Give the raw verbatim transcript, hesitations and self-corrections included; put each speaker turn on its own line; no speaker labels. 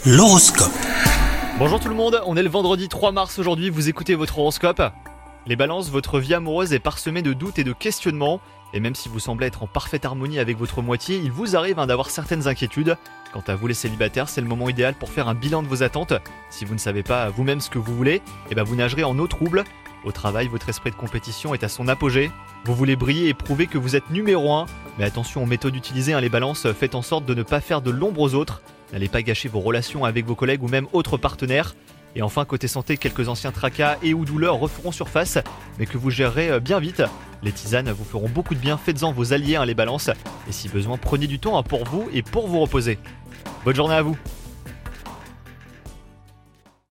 L'horoscope.
Bonjour tout le monde, on est le vendredi trois mars aujourd'hui, vous écoutez votre horoscope. Les balances, votre vie amoureuse est parsemée de doutes et de questionnements. Et même si vous semblez être en parfaite harmonie avec votre moitié, il vous arrive hein, d'avoir certaines inquiétudes. Quant à vous les célibataires, c'est le moment idéal pour faire un bilan de vos attentes. Si vous ne savez pas vous-même ce que vous voulez, eh ben vous nagerez en eau trouble. Au travail, votre esprit de compétition est à son apogée. Vous voulez briller et prouver que vous êtes numéro un. Mais attention aux méthodes utilisées, hein, les balances, faites en sorte de ne pas faire de l'ombre aux autres. N'allez pas gâcher vos relations avec vos collègues ou même autres partenaires. Et enfin, côté santé, quelques anciens tracas et ou douleurs referont surface, mais que vous gérerez bien vite. Les tisanes vous feront beaucoup de bien, faites-en vos alliés, hein, les balances. Et si besoin, prenez du temps hein, pour vous et pour vous reposer. Bonne journée à vous.